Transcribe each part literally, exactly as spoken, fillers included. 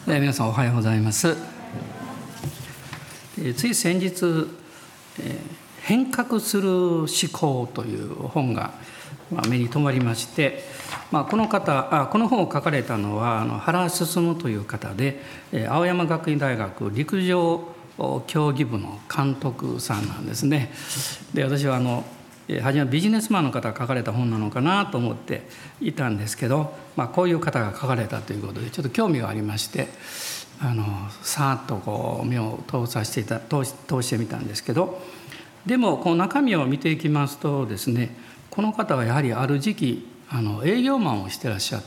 えー、皆さんおはようございます。えー、つい先日、えー「変革する思考」という本が、まあ、目に留まりまして、まあ、この方あこの本を書かれたのはあの原進という方で、えー、青山学院大学陸上競技部の監督さんなんですね。で私はあの初めはビジネスマンの方が書かれた本なのかなと思っていたんですけど、まあ、こういう方が書かれたということでちょっと興味がありまして、あのさーっとこう目を通させていた通し通してみたんですけど、でもこの中身を見ていきますとですね、この方はやはりある時期あの営業マンをしてらっしゃって、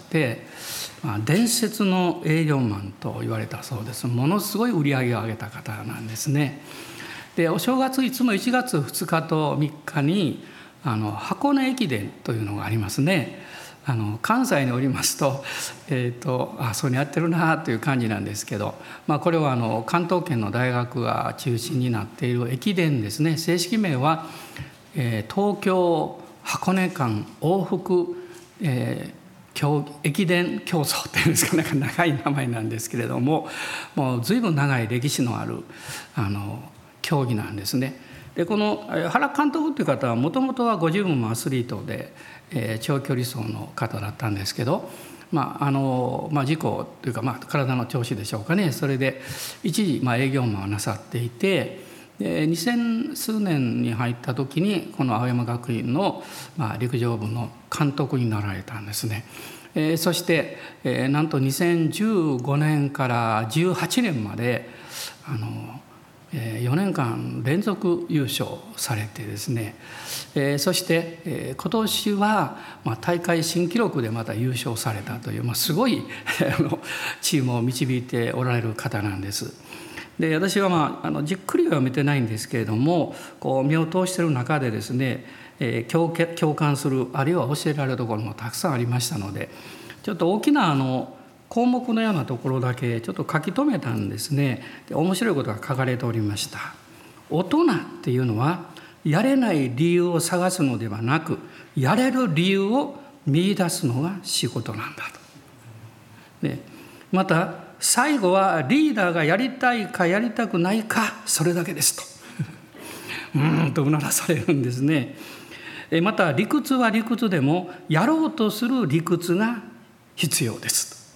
まあ、伝説の営業マンと言われたそうです。ものすごい売り上げを上げた方なんですね。でお正月いつもいちがつふつかとみっかにあの箱根駅伝というのがありますね。あの関西におりますと、えーと、あそうにやってるなという感じなんですけど、まあ、これはあの関東圏の大学が中心になっている駅伝ですね。正式名は、えー、東京箱根間往復、えー、競駅伝競争というんですか、なんか長い名前なんですけれども、もう随分長い歴史のあるあの競技なんですね。でこの原監督という方はもともとはご自分もアスリートで、えー、長距離走の方だったんですけど、まああのまあ、事故というか、まあ、体の調子でしょうかね、それで一時、まあ、営業マンをなさっていて、でにせん数年に入った時にこの青山学院の、まあ、陸上部の監督になられたんですね。えー、そして、えー、なんとにせんじゅうごねんからじゅうはちねんまであのよねんかん連続優勝されてですね、そして今年は大会新記録でまた優勝されたという、すごいチームを導いておられる方なんです。で私は、まあ、あのじっくりは見てないんですけれども、こう目を通している中でですね、共感するあるいは教えられるところもたくさんありましたので、ちょっと大きなあの項目のようなところだけちょっと書き留めたんですね。で面白いことが書かれておりました。大人っていうのはやれない理由を探すのではなく、やれる理由を見出すのが仕事なんだと。でまた最後はリーダーがやりたいかやりたくないか、それだけですとうーんとうならされるんですね。また理屈は理屈でもやろうとする理屈が必要ですと。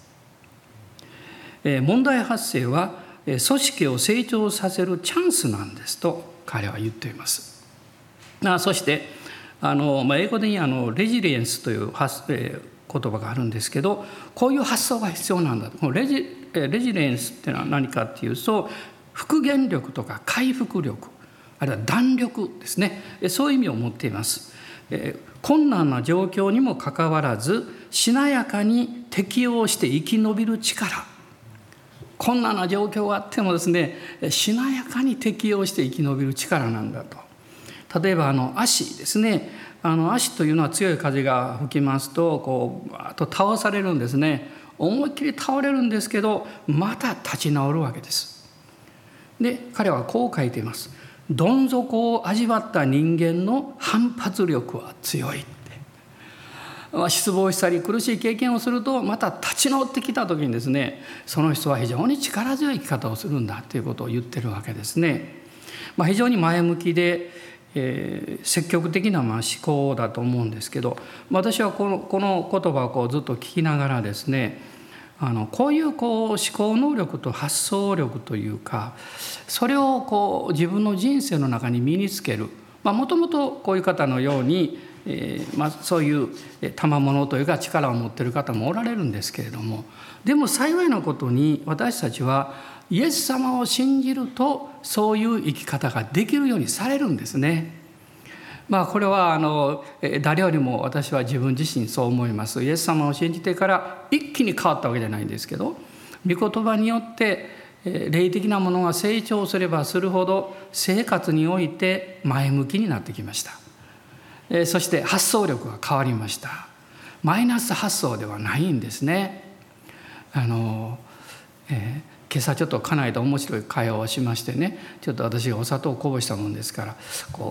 問題発生は組織を成長させるチャンスなんですと彼は言っています。そしてあの、まあ、英語でにあのレジリエンスという発、えー、言葉があるんですけど、こういう発想が必要なんだと。このレジ、レジリエンスっていうのは何かっていうと、復元力とか回復力、あるいは弾力ですね、そういう意味を持っています。えー、困難な状況にもかかわらずしなやかに適応して生き延びる力、困難な状況があってもですね、しなやかに適応して生き延びる力なんだと。例えばあの足ですね、あの足というのは強い風が吹きますとこうバーッと倒されるんですね。思いっきり倒れるんですけどまた立ち直るわけです。で彼はこう書いています。どん底を味わった人間の反発力は強い。失望したり苦しい経験をするとまた立ち直ってきた時にですね、その人は非常に力強い生き方をするんだということを言ってるわけですね。まあ、非常に前向きで、えー、積極的なまあ思考だと思うんですけど、私はこの、この言葉をこうずっと聞きながらですね、あのこういうこう思考能力と発想力というか、それをこう自分の人生の中に身につける、もともとこういう方のようにえーまあ、そういう賜物というか力を持っている方もおられるんですけれども、でも幸いなことに私たちはイエス様を信じるとそういう生き方ができるようにされるんですね。まあこれはあの誰よりも私は自分自身そう思います。イエス様を信じてから一気に変わったわけじゃないんですけど、御言葉によって霊的なものが成長すればするほど生活において前向きになってきました。そして発想力が変わりました。マイナス発想ではないんですね。あの、えー、今朝ちょっと家内と面白い会話をしましてね、ちょっと私がお砂糖をこぼしたもんですからこう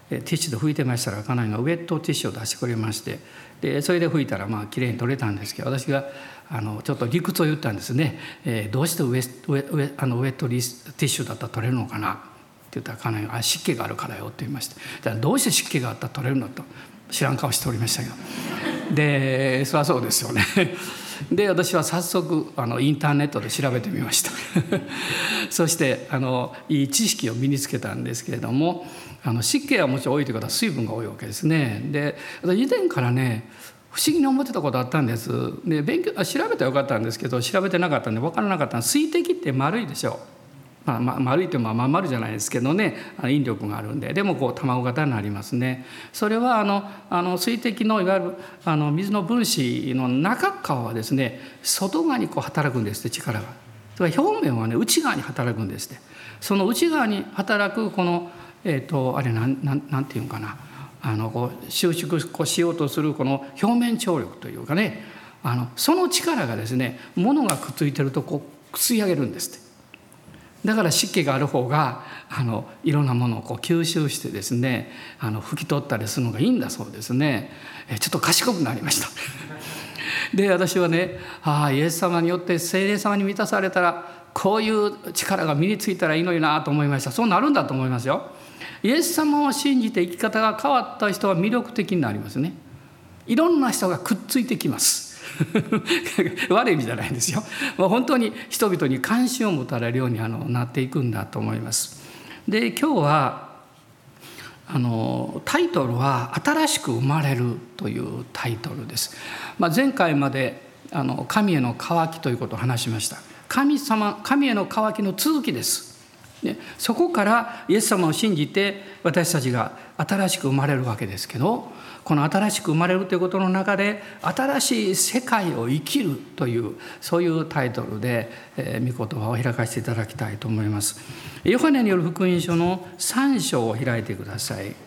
ティッシュで拭いてましたら家内がウェットティッシュを出してくれまして、でそれで拭いたらまあきれいに取れたんですけど、私があのちょっと理屈を言ったんですね。えー、どうしてウェウェウェあのウェットティッシュだったら取れるのかなって言ったら家内が「あ湿気があるからよ」って言いまして、じゃあどうして湿気があったら取れるのと知らん顔しておりましたけど、でそりゃそうですよね。で私は早速あのインターネットで調べてみました。そしてあのいい知識を身につけたんですけれども、あの湿気がもちろん多いということは水分が多いわけですね。で以前からね不思議に思ってたことあったんです。で勉強調べたらよかったんですけど、調べてなかったんで分からなかったのは、水滴って丸いでしょう。まあ、まあ、丸いってまあまん丸じゃないですけどね、引力があるんで、でもこう卵型になりますね。それはあのあの水滴のいわゆるあの水の分子の中側はですね、外側にこう働くんですって、力が。それから表面はね内側に働くんですって。その内側に働くこのえっ、ー、とあれなんなんなんていうのかな、あのこう収縮こうしようとするこの表面張力というかね、あのその力がですね、物がくっついてるとこう吸い上げるんですって。だから湿気がある方があのいろんなものをこう吸収してですね、あの拭き取ったりするのがいいんだそうですね。えちょっと賢くなりました。で私はね、ああイエス様によって聖霊様に満たされたらこういう力が身についたらいいのになと思いました。そうなるんだと思いますよ。イエス様を信じて生き方が変わった人は魅力的になりますね。いろんな人がくっついてきます。悪い意味じゃないんですよ。本当に人々に関心を持たれるようにあのなっていくんだと思います。で今日はあのタイトルは「新しく生まれる」というタイトルです。まあ、前回まであの神への渇きということを話しました。神様、神への渇きの続きです。でそこからイエス様を信じて私たちが新しく生まれるわけですけど、この新しく生まれるということの中で新しい世界を生きるというそういうタイトルで、えー、御言葉を開かせていただきたいと思います。ヨハネによる福音書のさん章を開いてください。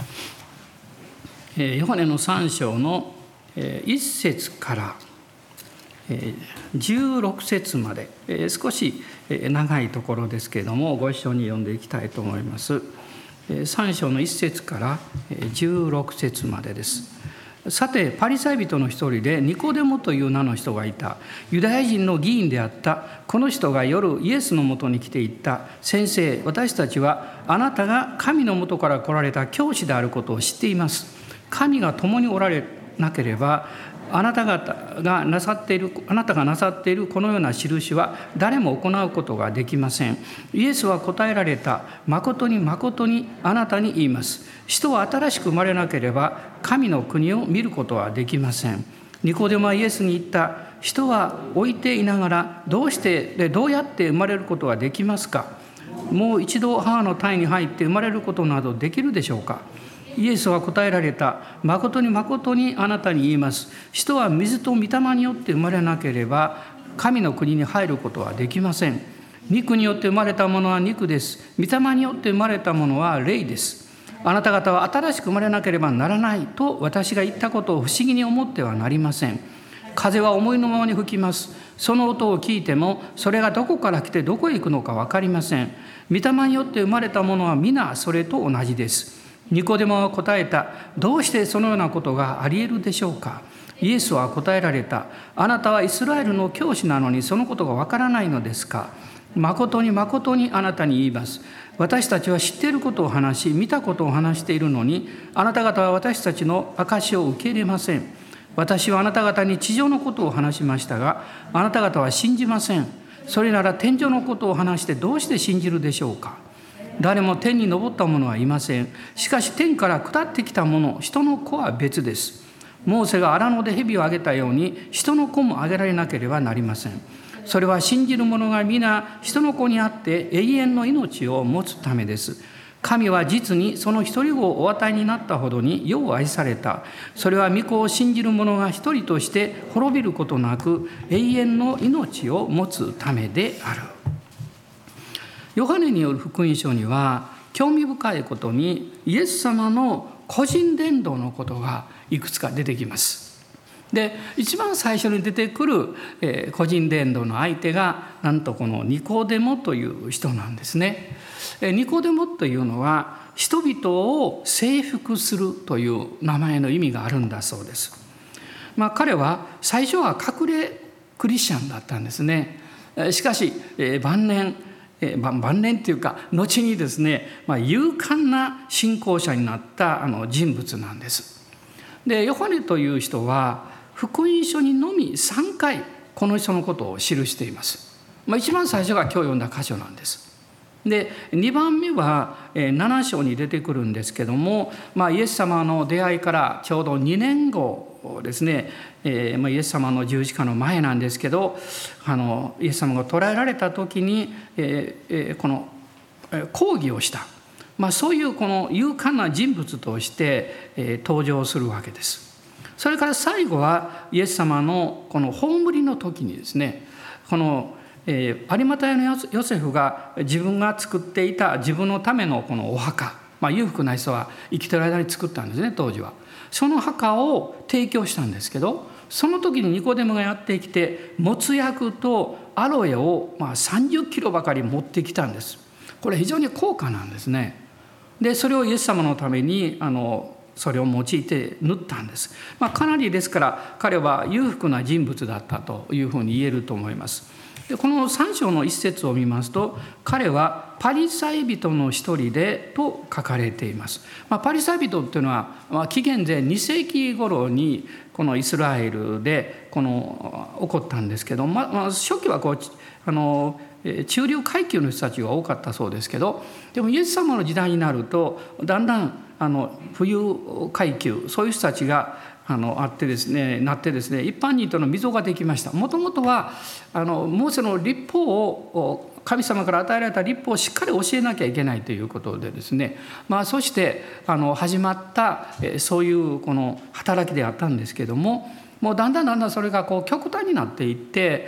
えー、ヨハネのさん章の、えー、いっ節からじゅうろく節まで、少し長いところですけれどもご一緒に読んでいきたいと思います。さん章のいっ節からじゅうろく節までです。さてパリサイ人の一人でニコデモという名の人がいた。ユダヤ人の議員であったこの人が夜イエスのもとに来て言った。先生、私たちはあなたが神のもとから来られた教師であることを知っています。神が共におられなければあなた方がなさっている、あなたがなさっているこのような印は誰も行うことができません。イエスは答えられた。誠に誠にあなたに言います。人は新しく生まれなければ神の国を見ることはできません。ニコデモはイエスに言った。人は置いていながらどうしてどうやって生まれることができますか。もう一度母の胎に入って生まれることなどできるでしょうか。イエスは答えられた。誠に誠にあなたに言います。人は水と御霊によって生まれなければ神の国に入ることはできません。肉によって生まれたものは肉です。御霊によって生まれたものは霊です。あなた方は新しく生まれなければならないと私が言ったことを不思議に思ってはなりません。風は思いのままに吹きます。その音を聞いてもそれがどこから来てどこへ行くのか分かりません。御霊によって生まれたものは皆それと同じです。ニコデモは答えた。どうしてそのようなことがあり得るでしょうか。イエスは答えられた。あなたはイスラエルの教師なのにそのことがわからないのですか。誠に誠にあなたに言います。私たちは知っていることを話し、見たことを話しているのに、あなた方は私たちの証しを受け入れません。私はあなた方に地上のことを話しましたが、あなた方は信じません。それなら天上のことを話してどうして信じるでしょうか。誰も天に昇った者はいません。しかし天から下ってきた者、人の子は別です。モーセが荒野で蛇をあげたように、人の子もあげられなければなりません。それは信じる者が皆人の子にあって永遠の命を持つためです。神は実にその一人子をお与えになったほどに世を愛された。それは御子を信じる者が一人として滅びることなく永遠の命を持つためである。ヨハネによる福音書には興味深いことにイエス様の個人伝道のことがいくつか出てきます。 で一番最初に出てくる、えー、個人伝道の相手がなんとこのニコデモという人なんですね。えー、ニコデモというのは人々を征服するという名前の意味があるんだそうです。まあ、彼は最初は隠れクリスチャンだったんですね。しかし、えー、晩年晩年っていうか後にですね、まあ、勇敢な信仰者になったあの人物なんです。でヨハネという人は福音書にのみさんかいこの人のことを記しています。まあ、一番最初が今日読んだ箇所なんです。でにばんめはなな章に出てくるんですけども、まあ、イエス様の出会いからちょうどにねんごですね、えーまあ、イエス様の十字架の前なんですけど、あのイエス様が捕らえられた時に、えー、この抗議をした、まあ、そういうこの勇敢な人物として、えー、登場するわけです。それから最後はイエス様のこの葬りの時にですね、このえー、有馬太のヨセフが自分が作っていた自分のためのこのお墓、まあ、裕福な人は生きてる間に作ったんですね、当時は。その墓を提供したんですけど、その時にニコデモがやってきて没薬とアロエをまあさんじゅっキロばかり持ってきたんです。これ非常に高価なんですね。でそれをイエス様のためにあのそれを用いて塗ったんです。まあ、かなりですから彼は裕福な人物だったというふうに言えると思います。でこのさん章の一節を見ますと、彼はパリサイ人の一人でと書かれています。まあ、パリサイ人っていうのは、まあ、紀元前に世紀頃にこのイスラエルでこの起こったんですけど、まあ、初期はこうあの中流階級の人たちが多かったそうですけど、でもイエス様の時代になるとだんだんあの富裕階級、そういう人たちがあのあってですねなってですね一般人との溝ができました。もともとはあのモーセの律法を神様から与えられた律法をしっかり教えなきゃいけないということでですね、まあ、そしてあの始まったそういうこの働きであったんですけども、もうだんだんだんだんそれがこう極端になっていって、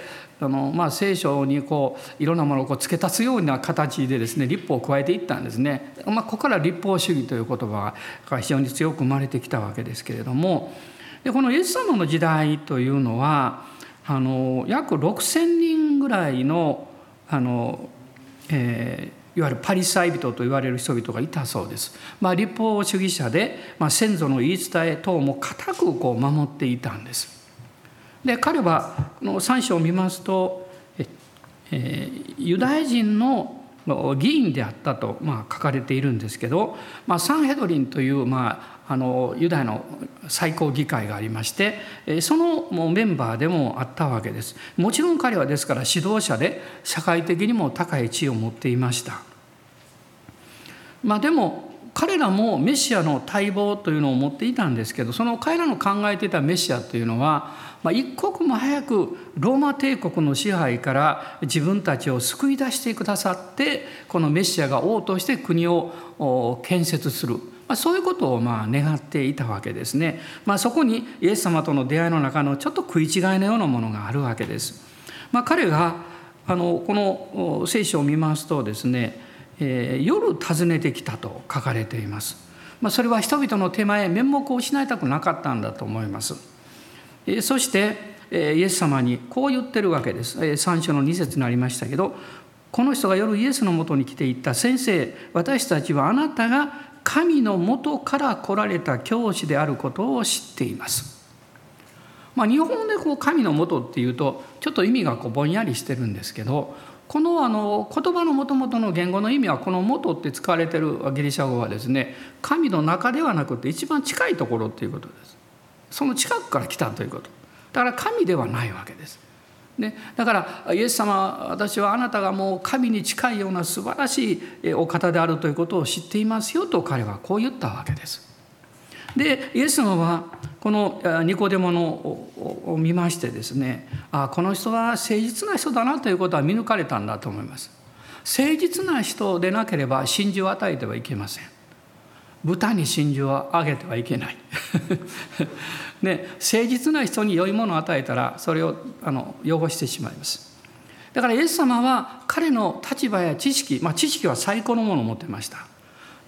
あのまあ聖書にこういろんなものをこう付け足すような形でですね律法を加えていったんですね。まあ、ここから律法主義という言葉が非常に強く生まれてきたわけですけれども、でこのイエス様の時代というのはあの約ろくせんにんぐらいのあの、えー、いわゆるパリサイ人と言われる人々がいたそうです。まあ、律法主義者で、まあ、先祖の言い伝え等も固くこう守っていたんです。で彼はこのさん章を見ますと、えー、ユダヤ人の議員であったと、まあ、書かれているんですけど、まあ、サンヘドリンという、まあ、あのユダヤの最高議会がありまして、そのメンバーでもあったわけです。もちろん彼はですから指導者で社会的にも高い地位を持っていました。まあ、でも彼らもメシアの待望というのを持っていたんですけど、その彼らの考えていたメシアというのは、まあ、一刻も早くローマ帝国の支配から自分たちを救い出してくださって、このメシアが王として国を建設する、まあ、そういうことをまあ願っていたわけですね。まあ、そこにイエス様との出会いの中のちょっと食い違いのようなものがあるわけです。まあ、彼があのこの聖書を見ますとですね、えー、夜訪ねてきたと書かれています。まあ、それは人々の手前面目を失いたくなかったんだと思います。えー、そしてえー、イエス様にこう言ってるわけです。えー、さん章のに節になりましたけど、この人が夜イエスのもとに来て言った。先生、私たちはあなたが神のもとから来られた教師であることを知っています。まあ、日本でこう神のもとっていうとちょっと意味がこうぼんやりしてるんですけど、このあの言葉のもともとの言語の意味は、この元って使われているギリシャ語はですね、神の中ではなくて一番近いところということです。その近くから来たということ。だから神ではないわけです。ね、だからイエス様、私はあなたがもう神に近いような素晴らしいお方であるということを知っていますよと彼はこう言ったわけです。でイエス様はこのニコデモのを見ましてですね、あこの人は誠実な人だなということは見抜かれたんだと思います。誠実な人でなければ真珠を与えてはいけません。豚に真珠をあげてはいけないね、誠実な人に良いものを与えたらそれをあの汚してしまいます。だからイエス様は彼の立場や知識、まあ、知識は最高のものを持ってました。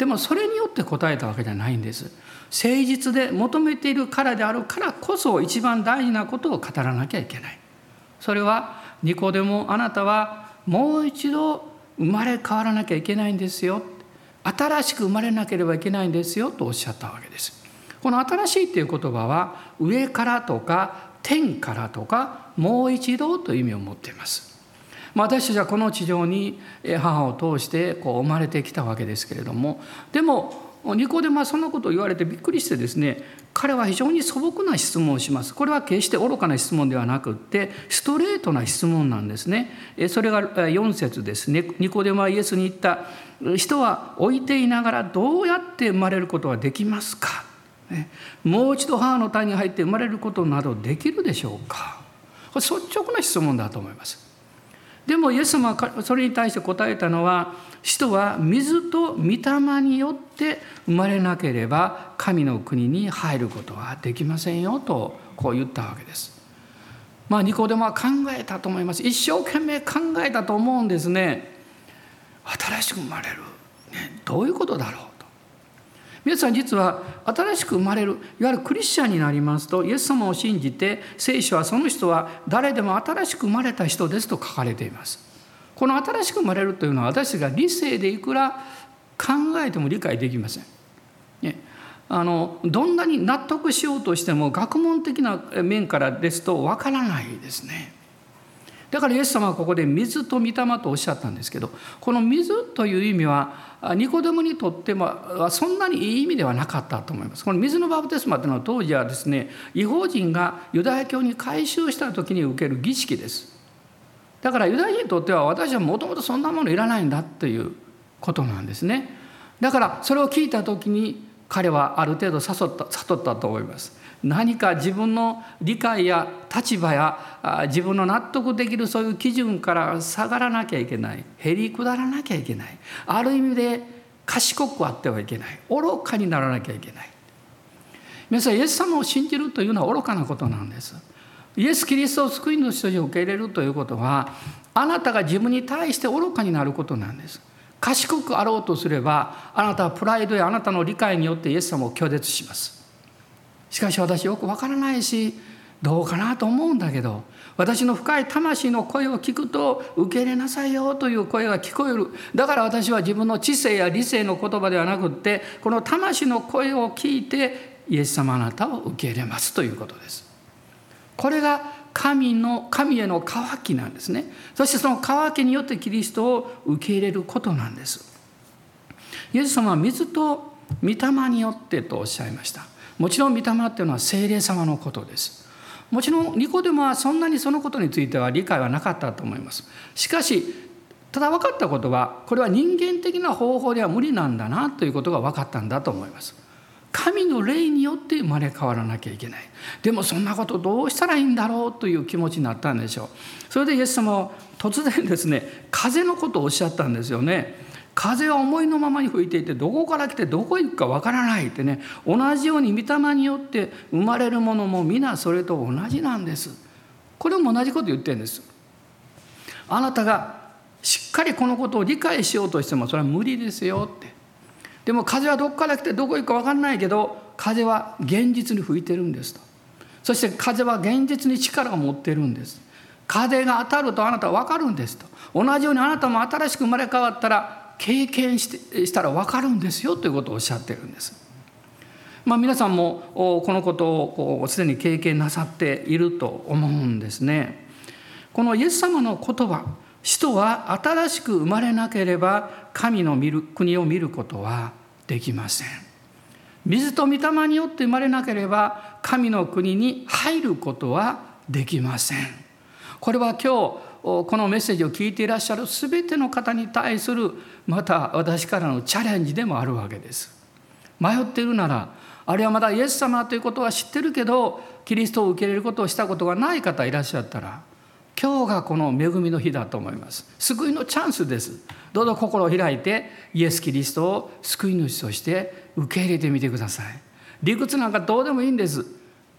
でもそれによって答えたわけじゃないんです。誠実で求めているからであるからこそ一番大事なことを語らなきゃいけない。それはニコデモ、あなたはもう一度生まれ変わらなきゃいけないんですよ、新しく生まれなければいけないんですよとおっしゃったわけです。この新しいという言葉は上からとか天からとかもう一度という意味を持っています。私たちはこの地上に母を通してこう生まれてきたわけですけれども、でもニコデモはそんなことを言われてびっくりしてですね、彼は非常に素朴な質問をします。これは決して愚かな質問ではなくってストレートな質問なんですね。それがよん節ですね。ニコデモはイエスに言った。人は置いていながらどうやって生まれることができますか。もう一度母の胎に入って生まれることなどできるでしょうか。これ率直な質問だと思います。でもイエス様はそれに対して答えたのは、人は水と御霊によって生まれなければ神の国に入ることはできませんよとこう言ったわけです。まあニコデモは考えたと思います。一生懸命考えたと思うんですね。新しく生まれる、ね、どういうことだろうと。皆さん実は新しく生まれる、いわゆるクリスチャンになりますと、イエス様を信じて聖書はその人は誰でも新しく生まれた人ですと書かれています。この新しく生まれるというのは私が理性でいくら考えても理解できません、ね、あのどんなに納得しようとしても学問的な面からですとわからないですね。だからイエス様はここで水と御霊とおっしゃったんですけど、この水という意味はニコデモにとってもそんなにいい意味ではなかったと思います。この水のバプテスマというのは当時はですね、異邦人がユダヤ教に改宗した時に受ける儀式です。だからユダヤ人にとっては私はもともとそんなものいらないんだということなんですね。だからそれを聞いた時に彼はある程度悟った、悟ったと思います。何か自分の理解や立場や自分の納得できるそういう基準から下がらなきゃいけない、へりくだらなきゃいけない、ある意味で賢くあってはいけない、愚かにならなきゃいけない。皆さんイエス様を信じるというのは愚かなことなんです。イエス・キリストを救い主として受け入れるということは、あなたが自分に対して愚かになることなんです。賢くあろうとすれば、あなたはプライドやあなたの理解によってイエス様を拒絶します。しかし私よくわからないし、どうかなと思うんだけど、私の深い魂の声を聞くと受け入れなさいよという声が聞こえる。だから私は自分の知性や理性の言葉ではなくって、この魂の声を聞いてイエス様あなたを受け入れますということです。これが神の神への渇きなんですね。そしてその渇きによってキリストを受け入れることなんです。イエス様は水と御霊によってとおっしゃいました。もちろん御霊っていうのは聖霊様のことです。もちろんニコデモはそんなにそのことについては理解はなかったと思います。しかしただ分かったことは、これは人間的な方法では無理なんだなということが分かったんだと思います。神の霊によって生まれ変わらなきゃいけない。でもそんなことどうしたらいいんだろうという気持ちになったんでしょう。それでイエス様は突然ですね、風のことをおっしゃったんですよね。風は思いのままに吹いていて、どこから来てどこ行くかわからないってね。同じように御霊によって生まれるものも皆それと同じなんです。これも同じこと言ってるんです。あなたがしっかりこのことを理解しようとしてもそれは無理ですよって。でも風はどこから来てどこ行くか分からないけど、風は現実に吹いてるんですと。そして風は現実に力を持ってるんです。風が当たるとあなたは分かるんですと。同じようにあなたも新しく生まれ変わったら経験して、したら分かるんですよということをおっしゃってるんです。まあ、皆さんもこのことをすでに経験なさっていると思うんですね。このイエス様の言葉、人は新しく生まれなければ神の見る国を見ることはできません。水と御霊によって生まれなければ神の国に入ることはできません。これは今日このメッセージを聞いていらっしゃるすべての方に対する、また私からのチャレンジでもあるわけです。迷っているなら、あるいはまだイエス様ということは知ってるけどキリストを受け入れることをしたことがない方いらっしゃったら、今日がこの恵みの日だと思います。救いのチャンスです。どうぞ心を開いてイエス・キリストを救い主として受け入れてみてください。理屈なんかどうでもいいんです。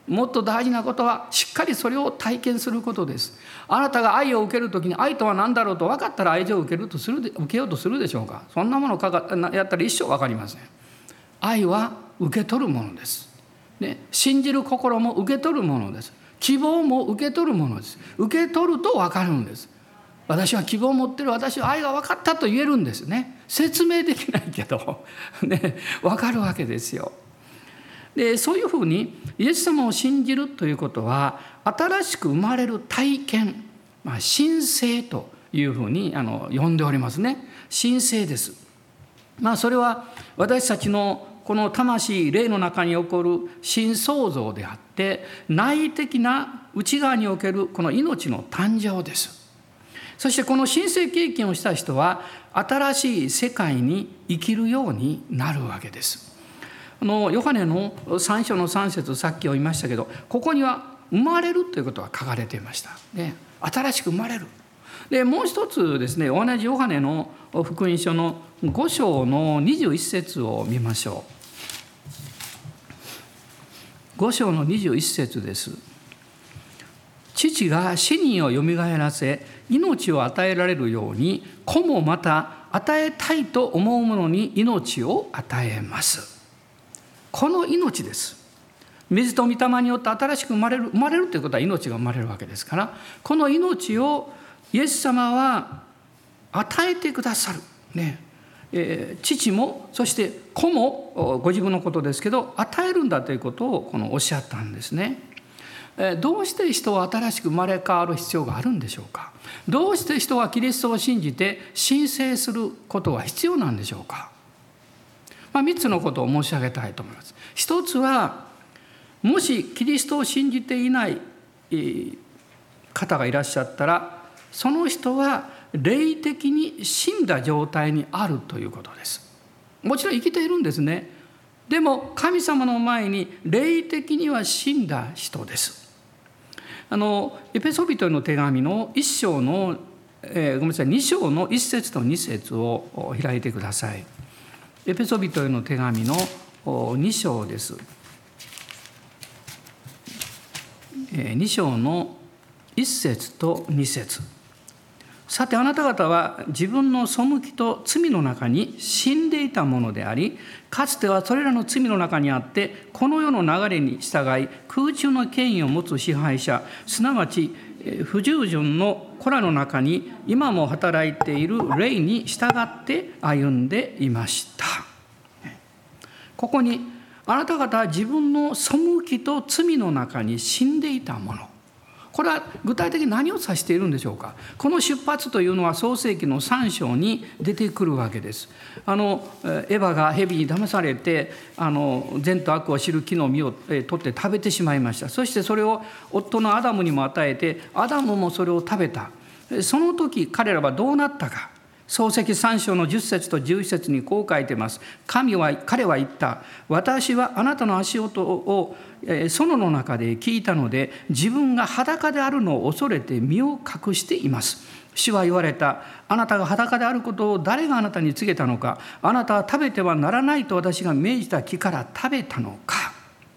もっと大事なことはしっかりそれを体験することです。あなたが愛を受けるときに愛とは何だろうと分かったら愛情を受けるとするで受けようとするでしょうか。そんなものをかかやったら一生分かりません。愛は受け取るものです、ね、信じる心も受け取るものです。希望も受け取るものです。受け取ると分かるんです。私は希望を持ってる、私は愛が分かったと言えるんですね。説明できないけど、ね、分かるわけですよ。でそういうふうにイエス様を信じるということは新しく生まれる体験、まあ、神聖というふうにあの呼んでおりますね。神聖です。まあ、それは私たちのこの魂霊の中に起こる新創造であって、内的な内側におけるこの命の誕生です。そしてこの神聖経験をした人は新しい世界に生きるようになるわけです。あのヨハネのさん章のさん節、さっきも言いましたけど、ここには生まれるということが書かれていました、ね、新しく生まれる。でもう一つですね、同じヨハネの福音書のご章のにじゅういち節を見ましょう。ご章のにじゅういち節です。父が死人をよみがえらせ命を与えられるように、子もまた与えたいと思う者に命を与えます。この命です。水と御霊によって新しく生まれる生まれるということは命が生まれるわけですから、この命をイエス様は与えてくださる、ねえー、父もそして子もご自分のことですけど与えるんだということをこのおっしゃったんですね。えー、どうして人は新しく生まれ変わる必要があるんでしょうか。どうして人はキリストを信じて申請することは必要なんでしょうか。まあ、みっつのことを申し上げたいと思います。一つは、もしキリストを信じていない方がいらっしゃったら、その人は霊的に死んだ状態にあるということです。もちろん生きているんですね。でも神様の前に霊的には死んだ人です。あのエペソビトへの手紙の一章の、えー、ごめんなさいに章の一節と二節を開いてください。エペソビトへの手紙のに章です。に章のいち節とに節。さてあなた方は自分の背きと罪の中に死んでいたものであり、かつてはそれらの罪の中にあってこの世の流れに従い空中の権威を持つ支配者、すなわち不従順の子らの中に今も働いている霊に従って歩んでいました。ここにあなた方は自分の背きと罪の中に死んでいたもの、これは具体的に何を指しているんでしょうか。この出発というのは創世記のさん章に出てくるわけです。あのエヴァが蛇に騙されてあの善と悪を知る木の実を取って食べてしまいました。そしてそれを夫のアダムにも与えて、アダムもそれを食べた。その時彼らはどうなったか。創世記さん章のじゅっ節とじゅういち節にこう書いています。神は彼は言った。私はあなたの足音を園の中で聞いたので、自分が裸であるのを恐れて身を隠しています。主は言われた。あなたが裸であることを誰があなたに告げたのか。あなたは食べてはならないと私が命じた木から食べたのか。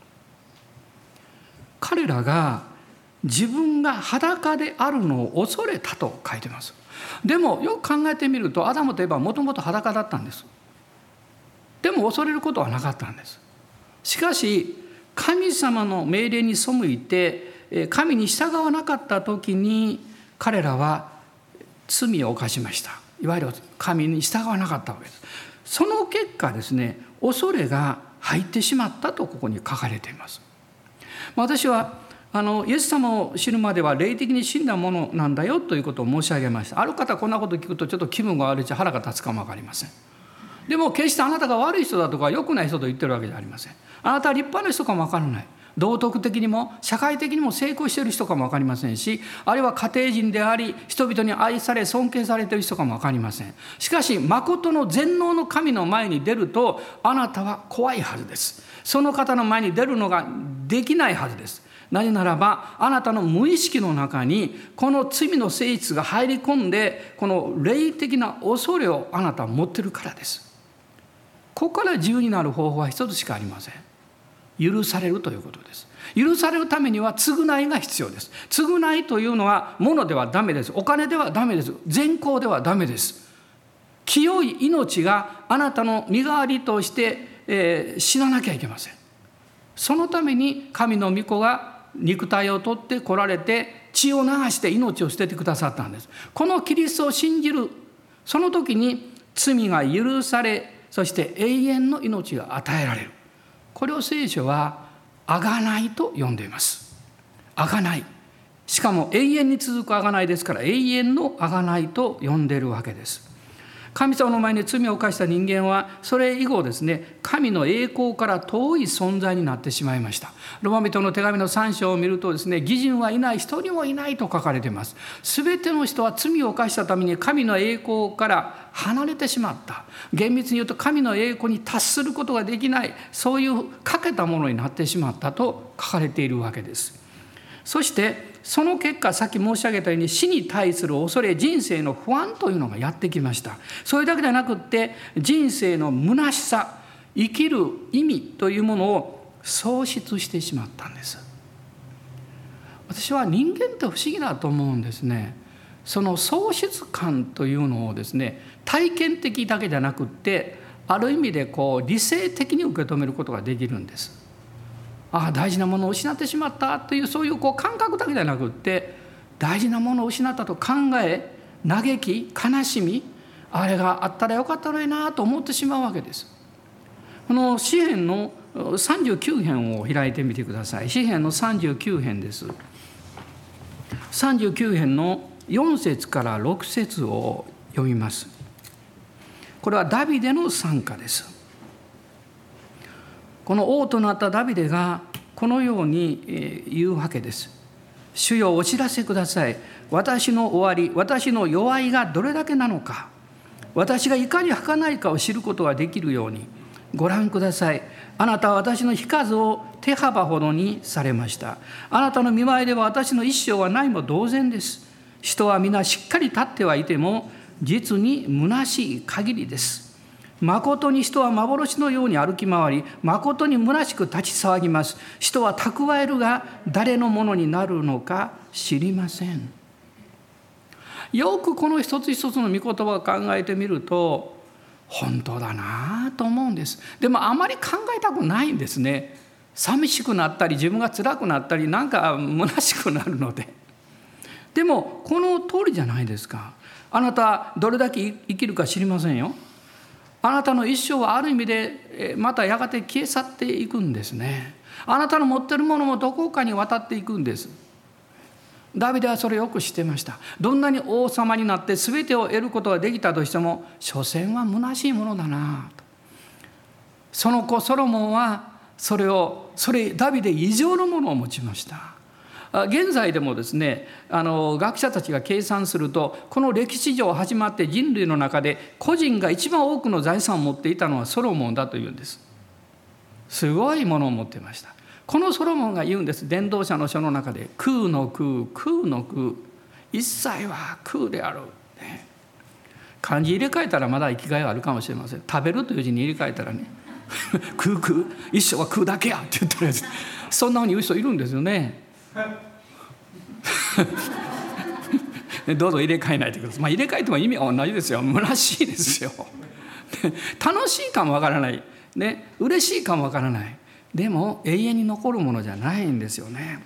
彼らが自分が裸であるのを恐れたと書いています。でもよく考えてみると、アダムといえばもともと裸だったんです。でも恐れることはなかったんです。しかし神様の命令に背いて神に従わなかった時に彼らは罪を犯しました。いわゆる神に従わなかったわけです。その結果ですね、恐れが入ってしまったとここに書かれています。私はあのイエス様を知るまでは霊的に死んだものなんだよということを申し上げました。ある方はこんなことを聞くとちょっと気分が悪いし腹が立つかも分かりません。でも決してあなたが悪い人だとか良くない人と言ってるわけじゃありません。あなたは立派な人かも分からない。道徳的にも社会的にも成功している人かも分かりませんし、あるいは家庭人であり人々に愛され尊敬されている人かも分かりません。しかし誠の全能の神の前に出るとあなたは怖いはずです。その方の前に出るのができないはずです。なぜならばあなたの無意識の中にこの罪の性質が入り込んで、この霊的な恐れをあなたは持っているからです。ここから自由になる方法は一つしかありません。 許されるということです。許されるためには償いが必要です。償いというのは物ではダメです。お金ではダメです。善行ではダメです。清い命があなたの身代わりとして、えー、死ななきゃいけません。そのために神の御子が肉体を取って来られて血を流して命を捨ててくださったんです。このキリストを信じるその時に罪が許され、そして永遠の命が与えられる。これを聖書は贖いと呼んでいます。贖い、しかも永遠に続く贖いですから、永遠の贖いと呼んでいるわけです。神様の前に罪を犯した人間はそれ以後ですね、神の栄光から遠い存在になってしまいました。ローマ人の手紙のさん章を見るとですね、義人はいない、一人もいないと書かれています。すべての人は罪を犯したために神の栄光から離れてしまった。厳密に言うと神の栄光に達することができない、そういう欠けたものになってしまったと書かれているわけです。そしてその結果、さっき申し上げたように死に対する恐れ、人生の不安というのがやってきました。それだけではなくって人生の虚しさ、生きる意味というものを喪失してしまったんです。私は人間って不思議だと思うんですね。その喪失感というのをですね、体験的だけじゃなくってある意味でこう理性的に受け止めることができるんです。ああ、大事なものを失ってしまったという、そういうこう感覚だけじゃなくって、大事なものを失ったと考え、嘆き、悲しみ、あれがあったらよかったのになと思ってしまうわけです。この詩編のさんじゅうきゅう編を開いてみてください。詩編のさんじゅうきゅう編です。さんじゅうきゅう編のよん節からろく節を読みます。これはダビデの賛歌です。この王となったダビデがこのように言うわけです。主よ、お知らせください。私の終わり、私の弱いがどれだけなのか、私がいかに儚いかを知ることができるようにご覧ください。あなたは私の日数を手幅ほどにされました。あなたの見前では私の一生はないも同然です。人は皆しっかり立ってはいても実に虚しい限りです。誠に人は幻のように歩き回り、誠に虚しく立ち騒ぎます。人は蓄えるが誰のものになるのか知りません。よくこの一つ一つの御言葉を考えてみると本当だなと思うんです。でもあまり考えたくないんですね。寂しくなったり自分が辛くなったりなんか虚しくなるので。でもこの通りじゃないですか。あなたどれだけ生きるか知りませんよ。あなたの一生はある意味でまたやがて消え去っていくんですね。あなたの持っているものもどこかに渡っていくんです。ダビデはそれをよく知っていました。どんなに王様になって全てを得ることができたとしても所詮は虚しいものだなと。その子ソロモンはそれをそれダビデ以上のものを持ちました。現在でもですね、あの学者たちが計算するとこの歴史上始まって人類の中で個人が一番多くの財産を持っていたのはソロモンだというんです。すごいものを持っていました。このソロモンが言うんです。伝道者の書の中で空の空、空の空、一切は空である、ね、漢字入れ替えたらまだ生きがいがあるかもしれません。食べるという字に入れ替えたらね空空、一生は空だけやって言ってるやつ、そんなふうに言う人いるんですよねどうぞ入れ替えないでください。まあ入れ替えても意味は同じですよ。虚しいですよ楽しいかもわからない、ね、嬉しいかもわからない。でも永遠に残るものじゃないんですよね。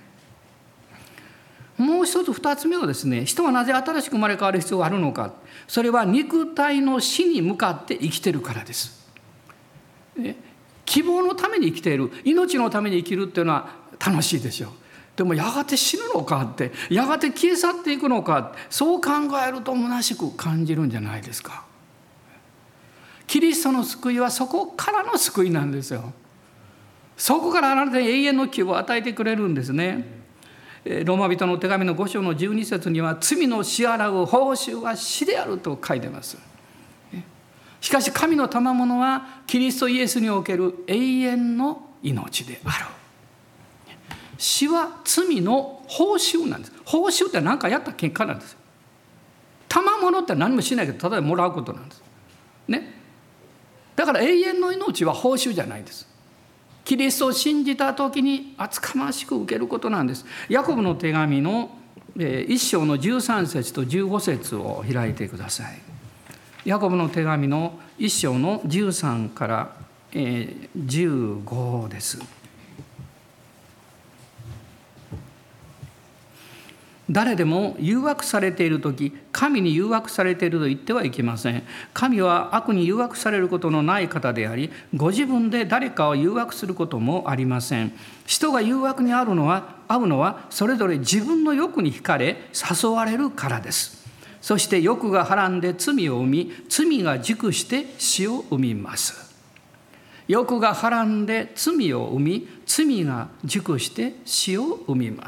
もう一つ二つ目はですね、人はなぜ新しく生まれ変わる必要があるのか。それは肉体の死に向かって生きているからです。希望のために生きている、命のために生きるっていうのは楽しいでしょう。でもやがて死ぬのかって、やがて消え去っていくのか、そう考えると虚しく感じるんじゃないですか。キリストの救いはそこからの救いなんですよ。そこからあなたに永遠の希望を与えてくれるんですね。ローマ人の手紙のご章のじゅうに節には罪の支払う報酬は死であると書いてます。しかし神の賜物はキリストイエスにおける永遠の命である。死は罪の報酬なんです。報酬って何かやった結果なんですよ。賜物って何もしないけどただもらうことなんですね。だから永遠の命は報酬じゃないんです。 キリストを信じた時に厚かましく受けることなんです。ヤコブの手紙のいっ章のじゅうさん節とじゅうご節を開いてください。ヤコブの手紙のいっ章のじゅうさんからじゅうごです。誰でも誘惑されているとき、神に誘惑されていると言ってはいけません。神は悪に誘惑されることのない方であり、ご自分で誰かを誘惑することもありません。人が誘惑に遭うのは、遭うのはそれぞれ自分の欲に惹かれ誘われるからです。そして欲がはらんで罪を生み、罪が熟して死を生みます。欲がはらんで罪を生み、罪が熟して死を生みます。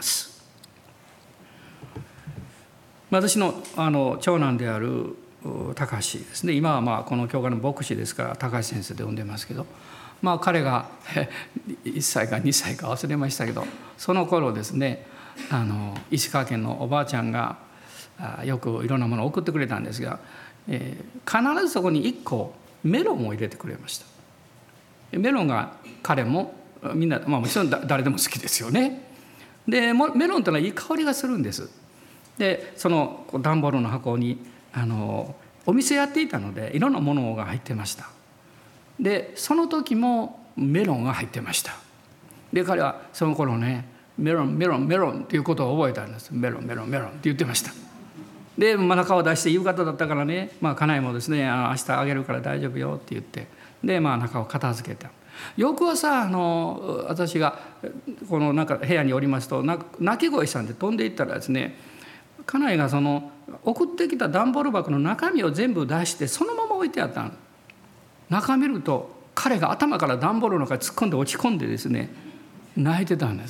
私 の, あの長男である高橋ですね、今はまあこの教会の牧師ですから高橋先生で呼んでますけど、まあ、彼がいっさいかにさいか忘れましたけど、その頃ですね、あの石川県のおばあちゃんがよくいろんなものを送ってくれたんですが、えー、必ずそこにいっこメロンを入れてくれました。メロンが彼もみんな、まあ、もちろん誰でも好きですよね。でメロンというのはいい香りがするんです。でその段ボールの箱にあのお店やっていたのでいろんなものが入ってました。でその時もメロンが入ってました。で彼はその頃ね、メロンメロンメロンっていうことを覚えたんです。メロンメロンメロンって言ってました。で真中を出して夕方だったからね、まあ、家内もですね、明日あげるから大丈夫よって言って、でまあ中を片付けた。翌朝あの私がこのなんか部屋におりますと、鳴き声したんで飛んでいったらですね、家内がその送ってきた段ボール箱の中身を全部出してそのまま置いてあったの。中見ると彼が頭から段ボールの中に突っ込んで落ち込んでですね、泣いてたんです。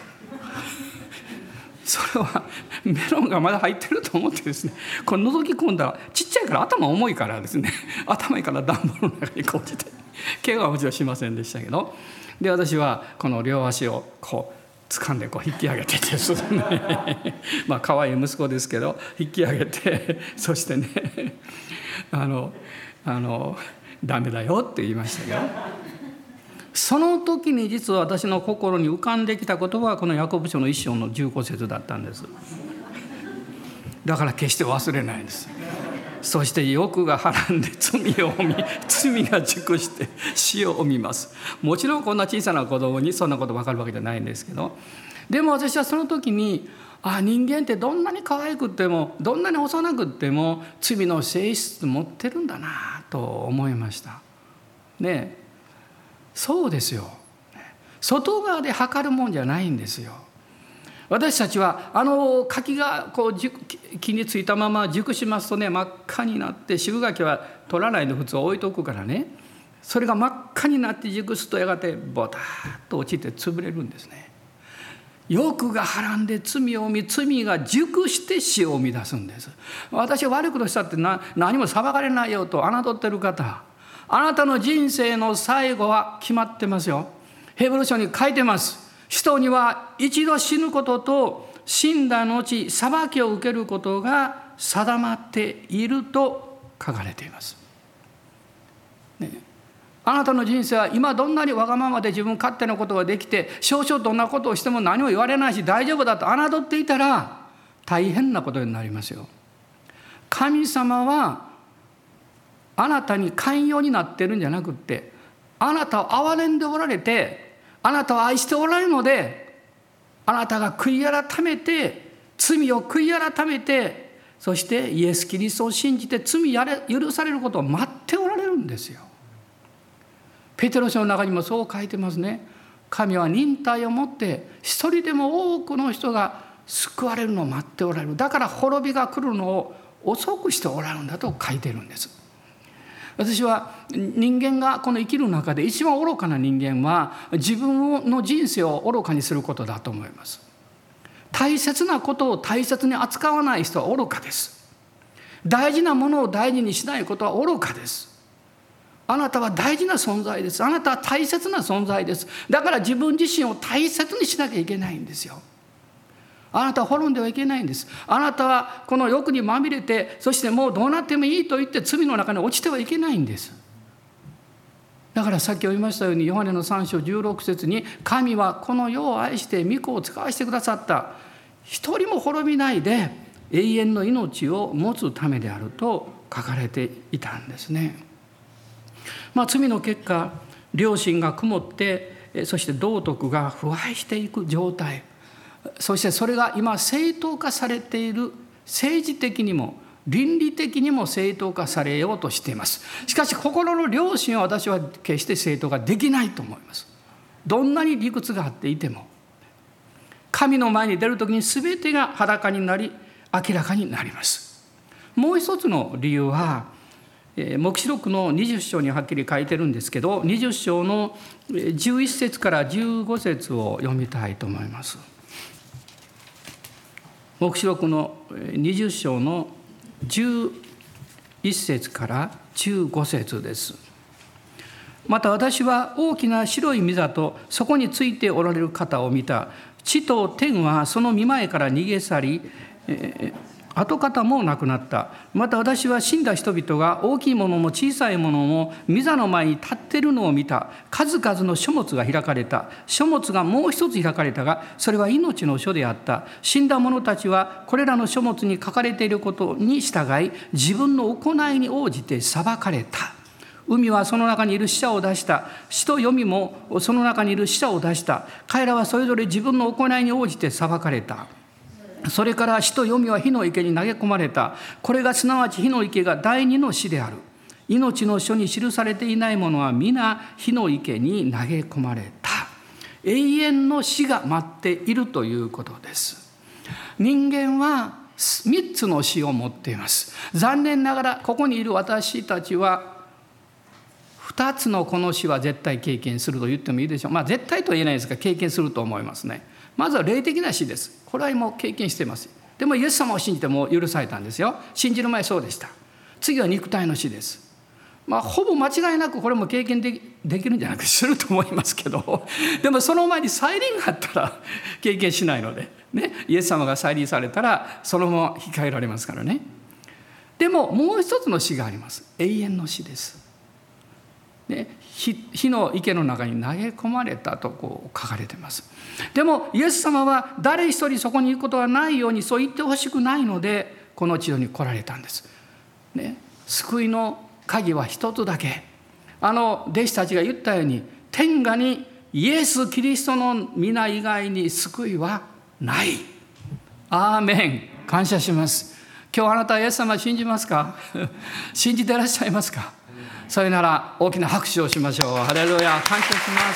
それはメロンがまだ入ってると思ってですね、これ覗き込んだらちっちゃいから頭重いからですね、頭から段ボールの中に落ちて、怪我はもちろんしませんでしたけど、で私はこの両足をこう掴んでこう引き上げてですねまあ可愛い息子ですけど引き上げて、そしてねあのあのダメだよって言いましたよ。その時に実は私の心に浮かんできた言葉はこのヤコブ書のいっ章のじゅうご節だったんです。だから決して忘れないんです。そして欲がはらんで罪を生み、罪が熟して死を生みます。もちろんこんな小さな子供にそんなこと分かるわけじゃないんですけど、でも私はその時に、あ、人間ってどんなに可愛くってもどんなに幼くっても罪の性質持ってるんだなと思いましたね。そうですよ。外側で測るもんじゃないんですよ。私たちはあの柿がこう木についたまま熟しますとね、真っ赤になって、渋柿は取らないで普通置いとくからね、それが真っ赤になって熟すとやがてボタッと落ちて潰れるんですね。欲がはらんで罪を生み、罪が熟して死を生み出すんです。私は悪いことしたって何何も裁かれないよと侮ってる方、あなたの人生の最後は決まってますよ。ヘブル書に書いてます。人には一度死ぬことと死んだ後裁きを受けることが定まっていると書かれています、ね、あなたの人生は今どんなにわがままで自分勝手なことができて、少々どんなことをしても何も言われないし大丈夫だと侮っていたら大変なことになりますよ。神様はあなたに寛容になってるんじゃなくって、あなたを憐れんでおられて、あなたを愛しておられるので、あなたが悔い改めて、罪を悔い改めて、そしてイエス・キリストを信じて罪やれ許されることを待っておられるんですよ。ペテロ書の中にもそう書いてますね。神は忍耐をもって一人でも多くの人が救われるのを待っておられる。だから滅びが来るのを遅くしておられるんだと書いてるんです。私は人間がこの生きる中で一番愚かな人間は自分の人生を愚かにすることだと思います。大切なことを大切に扱わない人は愚かです。大事なものを大事にしないことは愚かです。あなたは大事な存在です。あなたは大切な存在です。だから自分自身を大切にしなきゃいけないんですよ。あなたは滅んではいけないんです。あなたはこの欲にまみれて、そしてもうどうなってもいいと言って罪の中に落ちてはいけないんです。 だからさっき読みましたようにヨハネのさん章じゅうろく節に、神はこの世を愛して御子を使わせてくださった。一人も滅びないで永遠の命を持つためであると書かれていたんですね。まあ、罪の結果、良心が曇って、そして道徳が腐敗していく状態、そしてそれが今正当化されている、政治的にも倫理的にも正当化されようとしています。しかし心の良心は私は決して正当化できないと思います。どんなに理屈があっていても、神の前に出るときに全てが裸になり明らかになります。もう一つの理由は、黙示録のにじゅう章にはっきり書いてるんですけど、にじゅう章のじゅういち節からじゅうご節を読みたいと思います。黙示録のにじゅう章のじゅういち節からじゅうご節です。また私は大きな白い御座とそこについておられる方を見た。地と天はその御前から逃げ去り、えー跡形もなくなった。また私は死んだ人々が大きいものも小さいものも御座の前に立っているのを見た。数々の書物が開かれた。書物がもう一つ開かれたが、それは命の書であった。死んだ者たちはこれらの書物に書かれていることに従い、自分の行いに応じて裁かれた。海はその中にいる死者を出した。死と読みもその中にいる死者を出した。彼らはそれぞれ自分の行いに応じて裁かれた。それから死と読みは火の池に投げ込まれた。これがすなわち火の池が第二の死である。命の書に記されていないものは皆火の池に投げ込まれた。永遠の死が待っているということです。人間はみっつの死を持っています。残念ながらここにいる私たちはふたつのこの死は絶対経験すると言ってもいいでしょう。まあ絶対とは言えないですが経験すると思いますね。まずは霊的な死です。これはもう経験しています。でもイエス様を信じても許されたんですよ。信じる前そうでした。次は肉体の死です。まあほぼ間違いなくこれも経験でき、できるんじゃなくてすると思いますけど、でもその前に再臨があったら経験しないので、ね、イエス様が再臨されたらそのまま控えられますからね。でももう一つの死があります。永遠の死です。ね、火の池の中に投げ込まれたとこう書かれています。でもイエス様は誰一人そこに行くことはないようにそう言ってほしくないのでこの地上に来られたんです、ね、救いの鍵は一つだけ。あの弟子たちが言ったように、天下にイエス・キリストの皆以外に救いはない。アーメン。感謝します。今日あなたはイエス様信じますか？信じていらっしゃいますか？それなら大きな拍手をしましょう。ハレルヤ。感謝します。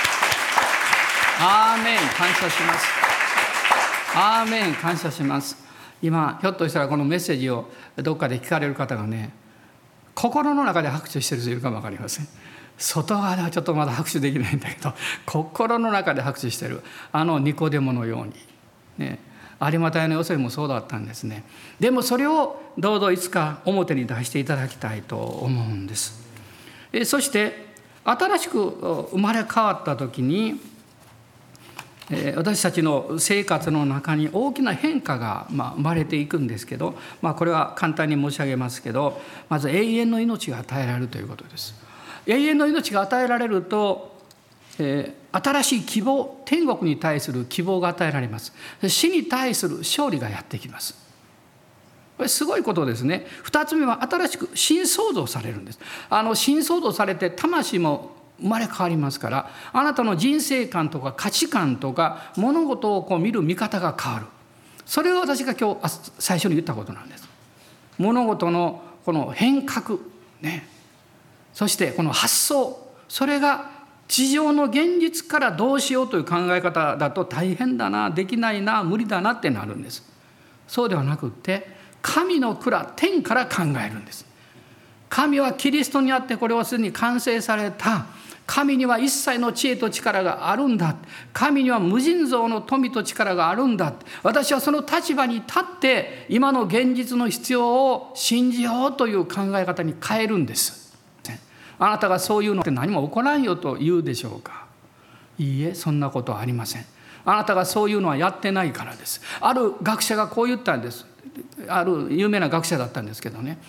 アーメン。感謝します。アーメン。感謝します。今ひょっとしたらこのメッセージをどっかで聞かれる方がね、心の中で拍手してる人いるかも分かりません。外側ではちょっとまだ拍手できないんだけど、心の中で拍手してるあのニコデモのようにね、有馬隊の要請もそうだったんですね。でもそれをどうぞいつか表に出していただきたいと思うんです。えそして新しく生まれ変わった時に、え私たちの生活の中に大きな変化がまあ生まれていくんですけど、まあ、これは簡単に申し上げますけど、まず永遠の命が与えられるということです。永遠の命が与えられると、えー、新しい希望、天国に対する希望が与えられます。死に対する勝利がやってきます。これすごいことですね。二つ目は新しく新創造されるんです。あの新創造されて魂も生まれ変わりますから、あなたの人生観とか価値観とか物事をこう見る見方が変わる。それを私が今日最初に言ったことなんです。物事のこの変革ね、そしてこの発想、それが地上の現実からどうしようという考え方だと大変だな、できないな、無理だなってなるんです。そうではなくって神の蔵、天から考えるんです。神はキリストにあってこれをすでに完成された。神には一切の知恵と力があるんだ。神には無尽蔵の富と力があるんだ。私はその立場に立って今の現実の必要を信じようという考え方に変えるんです。あなたがそういうのって何も起こらんよと言うでしょうか？いいえ、そんなことはありません。あなたがそういうのはやってないからです。ある学者がこう言ったんです。ある有名な学者だったんですけどね、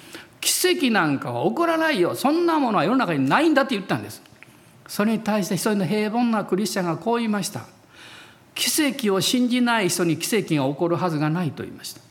奇跡なんかは起こらないよ、そんなものは世の中にないんだって言ったんです。それに対して一人の平凡なクリスチャンがこう言いました。奇跡を信じない人に奇跡が起こるはずがないと言いました。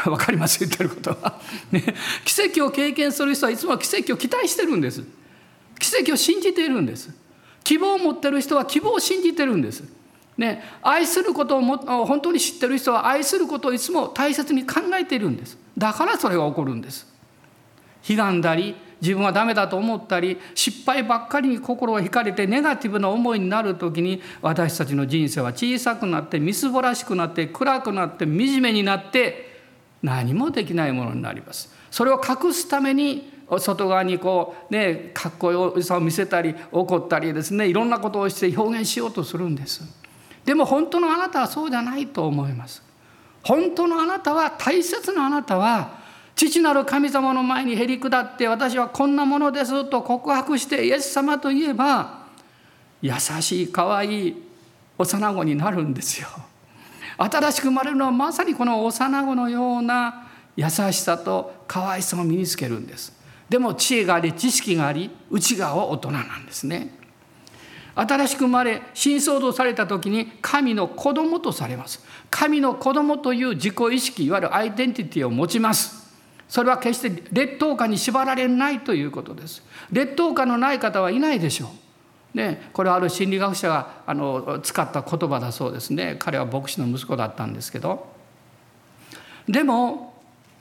わかります言ってることは、ね、奇跡を経験する人はいつも奇跡を期待してるんです。奇跡を信じているんです。希望を持っている人は希望を信じているんです、ね、愛することをも本当に知っている人は愛することをいつも大切に考えているんです。だからそれが起こるんです。悲願だり自分はダメだと思ったり失敗ばっかりに心を惹かれてネガティブな思いになるときに、私たちの人生は小さくなってみすぼらしくなって暗くなって惨めになって何もできないものになります。それを隠すために外側にこうね、かっこよさを見せたり怒ったりですね、いろんなことをして表現しようとするんです。でも本当のあなたはそうじゃないと思います。本当のあなたは、大切なあなたは、父なる神様の前にへり下って、私はこんなものですと告白してイエス様といえば、優しい可愛い幼子になるんですよ。新しく生まれるのはまさにこの幼子のような優しさと可愛さを身につけるんです。でも知恵があり知識があり、内側は大人なんですね。新しく生まれ新創造された時に神の子供とされます。神の子供という自己意識、いわゆるアイデンティティを持ちます。それは決して劣等感に縛られないということです。劣等感のない方はいないでしょう、ね、これはある心理学者があの使った言葉だそうですね。彼は牧師の息子だったんですけど、でも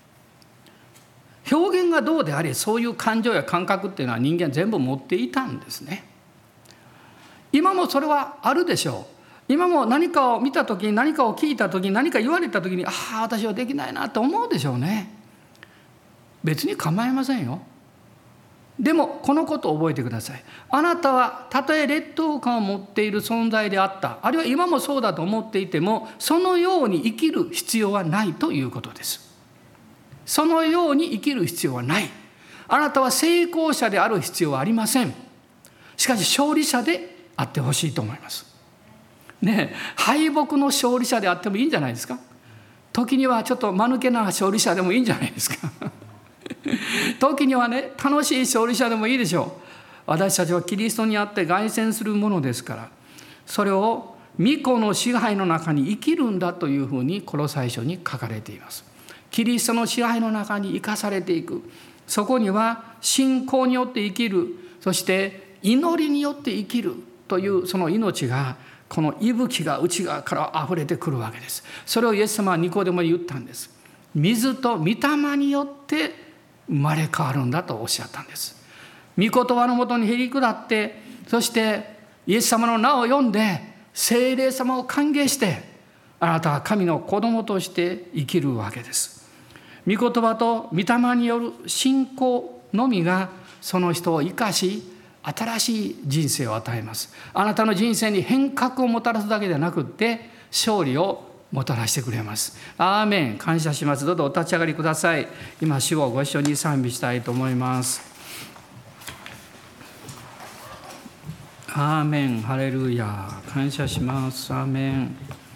表現がどうであれ、そういう感情や感覚っていうのは人間全部持っていたんですね。今もそれはあるでしょう。今も何かを見た時に、何かを聞いた時に、何か言われた時に、ああ私はできないなと思うでしょうね。別に構いませんよ。でもこのことを覚えてください。あなたはたとえ劣等感を持っている存在であった、あるいは今もそうだと思っていても、そのように生きる必要はないということです。そのように生きる必要はない。あなたは成功者である必要はありません。しかし勝利者であってほしいと思いますね。え敗北の勝利者であってもいいんじゃないですか。時にはちょっと間抜けな勝利者でもいいんじゃないですか時にはね、楽しい勝利者でもいいでしょう。私たちはキリストにあって凱旋するものですから、それを御子の支配の中に生きるんだというふうにコロサイ書に書かれています。キリストの支配の中に生かされていく、そこには信仰によって生きる、そして祈りによって生きるというその命が、この息吹が内側からあふれてくるわけです。それをイエス様はニコデモに言ったんです。水と御霊によって生まれ変わるんだとおっしゃったんです。御言葉のもとにへり下って、そしてイエス様の名を読んで聖霊様を歓迎して、あなたは神の子供として生きるわけです。御言葉と御霊による信仰のみがその人を生かし、新しい人生を与えます。あなたの人生に変革をもたらすだけでなくって、勝利をもたらしてくれます。アーメン。感謝します。どうぞお立ち上がりください。今主をご一緒に賛美したいと思います。アーメン。ハレルヤ。感謝します。アーメン。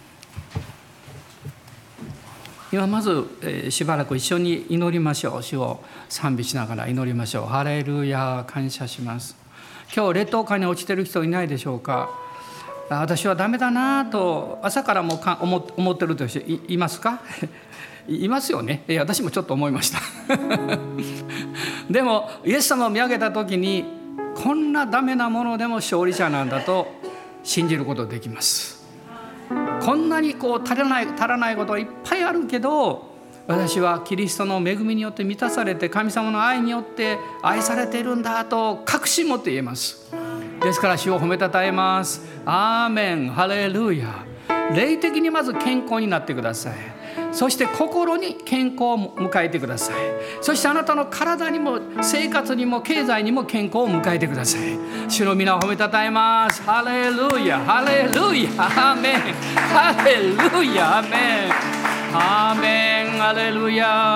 今まず、えー、しばらく一緒に祈りましょう。主を賛美しながら祈りましょう。ハレルヤ。感謝します。今日劣等感に落ちている人いないでしょうか。私はダメだなと朝からもか 思, 思ってるという人 い, いますかいますよね。私もちょっと思いましたでもイエス様を見上げた時に、こんなダメなものでも勝利者なんだと信じることができます。こんなにこう足らない足らないことはいっぱいあるけど、私はキリストの恵みによって満たされて、神様の愛によって愛されているんだと確信持って言えます。ですから主を褒めたたえます。アーメン。ハレルヤ。霊的にまず健康になってください。そして心に健康を迎えてください。そしてあなたの体にも生活にも経済にも健康を迎えてください。主の皆を褒めたたえます。ハレルヤ。ハレルヤ。アーメン。ハレルヤ。アーメン。アーメン。ハレル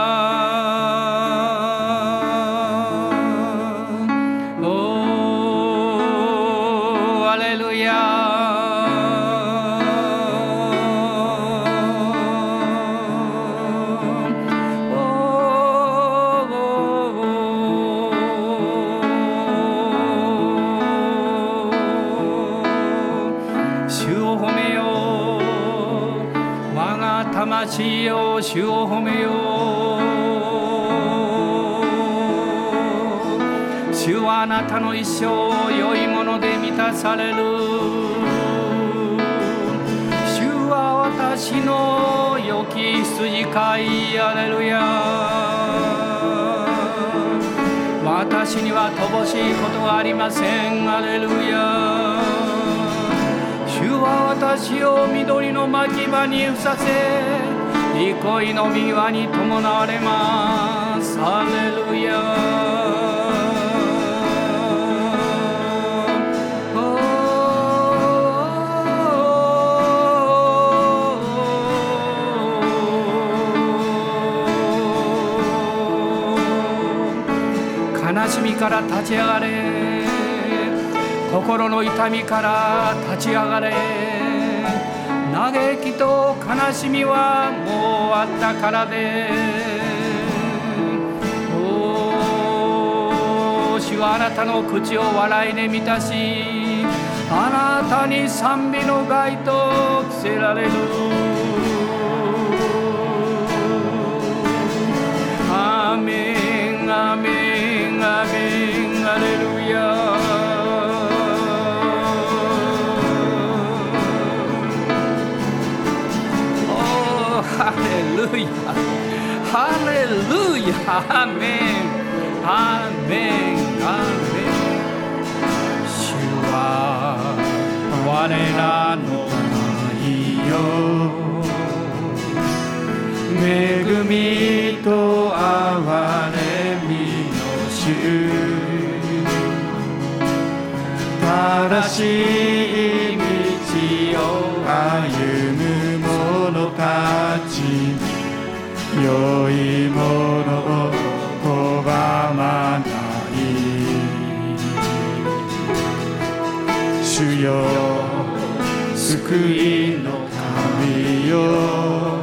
ヤ。 魂よ主を褒めよう。主はあなたの一生を良いもので満たされる。主は私の良き羊飼い。アレルヤ。私には乏しいことはありません。アレルヤ。主は私を緑の牧場にふさせ、憩いの庭に伴われます。アレルヤ。悲しみから立ち上がれ、心の痛みから立ち上がれ。嘆きと悲しみはもう終わったからで。おー、主はあなたの口を笑いで満たし、あなたに賛美の街と着せられる。アーメンアーメンアーメンアレルヤ。ハレルヤ、ハレルヤ、アーメン、アーメン、アーメン。主は我らの愛よ、恵みと憐れみの主。正しい道を歩む者たち、良いものを拒まない。主よ、救いの神よ、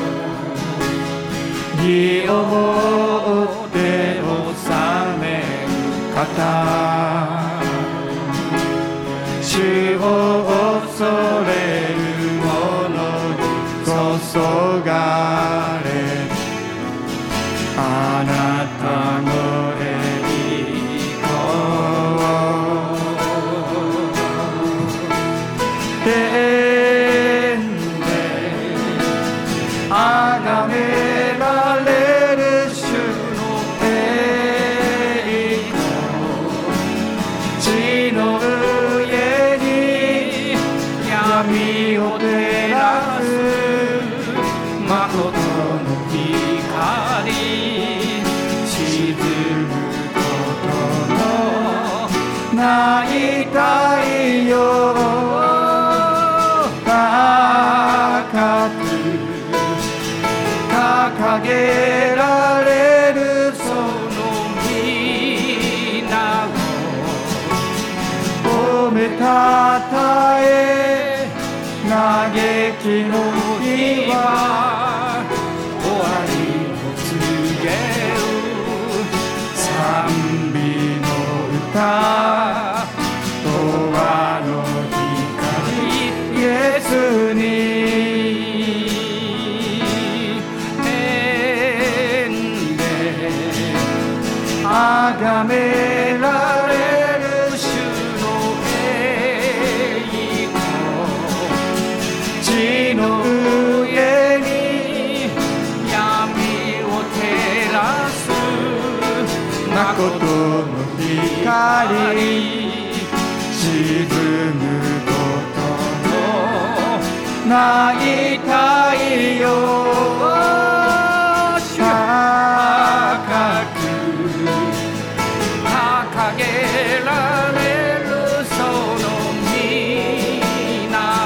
義をもって治める方。主を恐れる者に注がれ、あなたの栄光。天で崇められる主の栄光。地の上に闇を照らす誠の光。沈むことのない太陽。高く掲げられるその皆を褒めたたえ、嘆きの日は終わりを告げる。賛美の歌、永遠の光、イエスに。天で崇められる主の栄光。地の上に闇を照らす誠の光。沈むことのない太陽。高く掲げられるその皆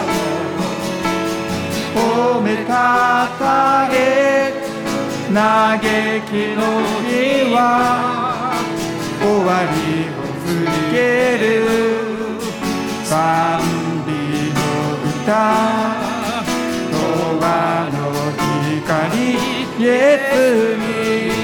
を褒めたたえ、嘆きの日は終わりを告げる。賛美の歌、永遠の光、イエスに。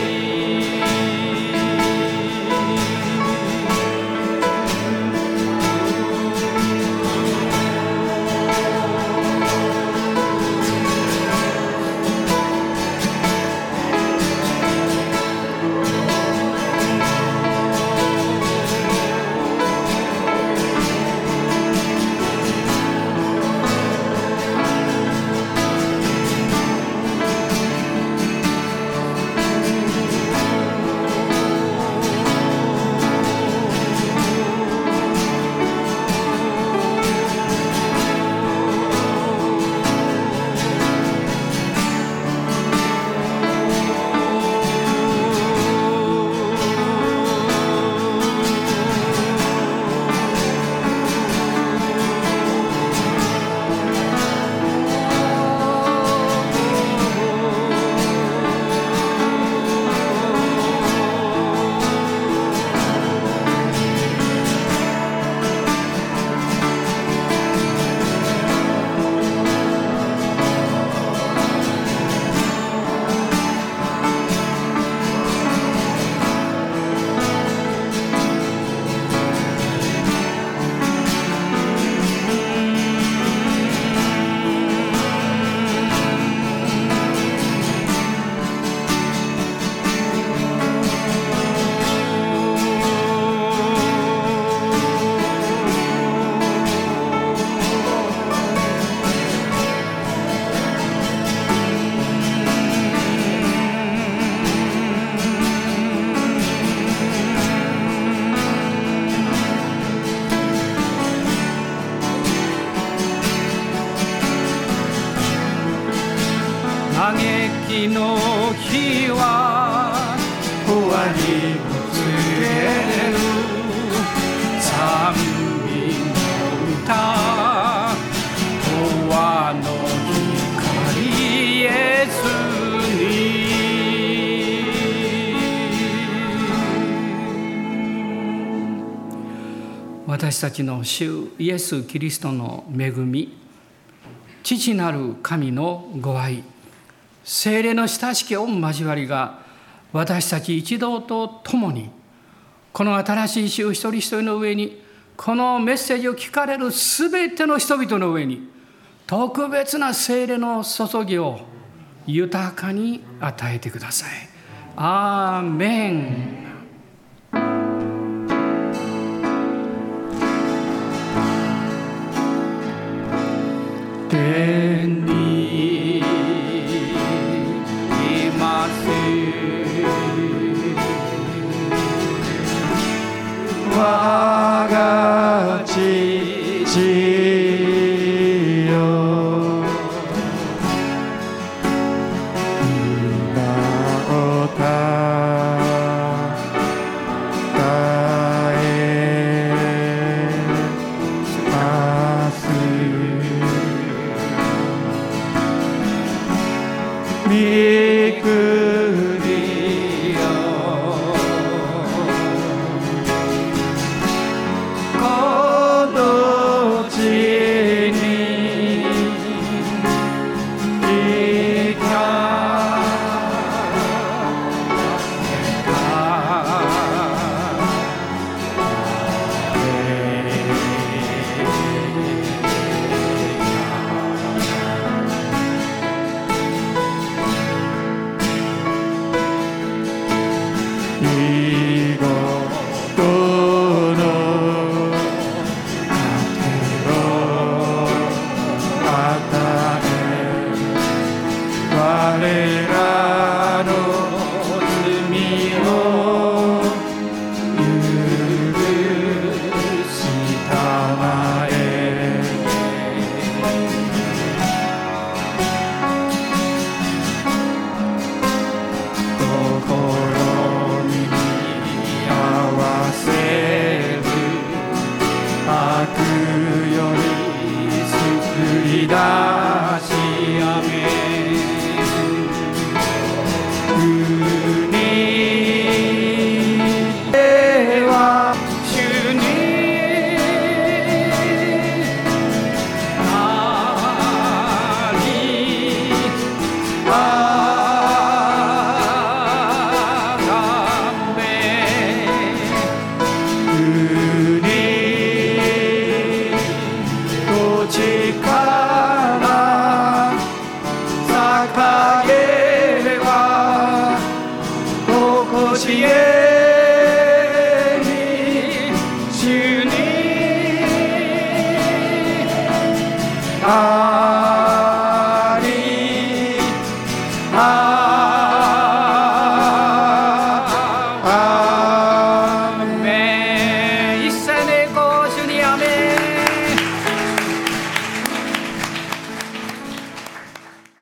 りの日は終わりを告げる賛美の歌、永遠の光イエスに。私たちの主イエス・キリストの恵み、父なる神のご愛、聖霊の親しき御交わりが私たち一同と共に、この新しい主一人一人の上に、このメッセージを聞かれるすべての人々の上に特別な聖霊の注ぎを豊かに与えてください。アーメン。天にいます我が父よ、今をたたえます御国よ、この地に来た見事の糧を与え、我らの罪を許したまえ、心に合わせる悪より救い出しあめ、国では主にありあがめ、国と力捧げばとこしえに主にありあ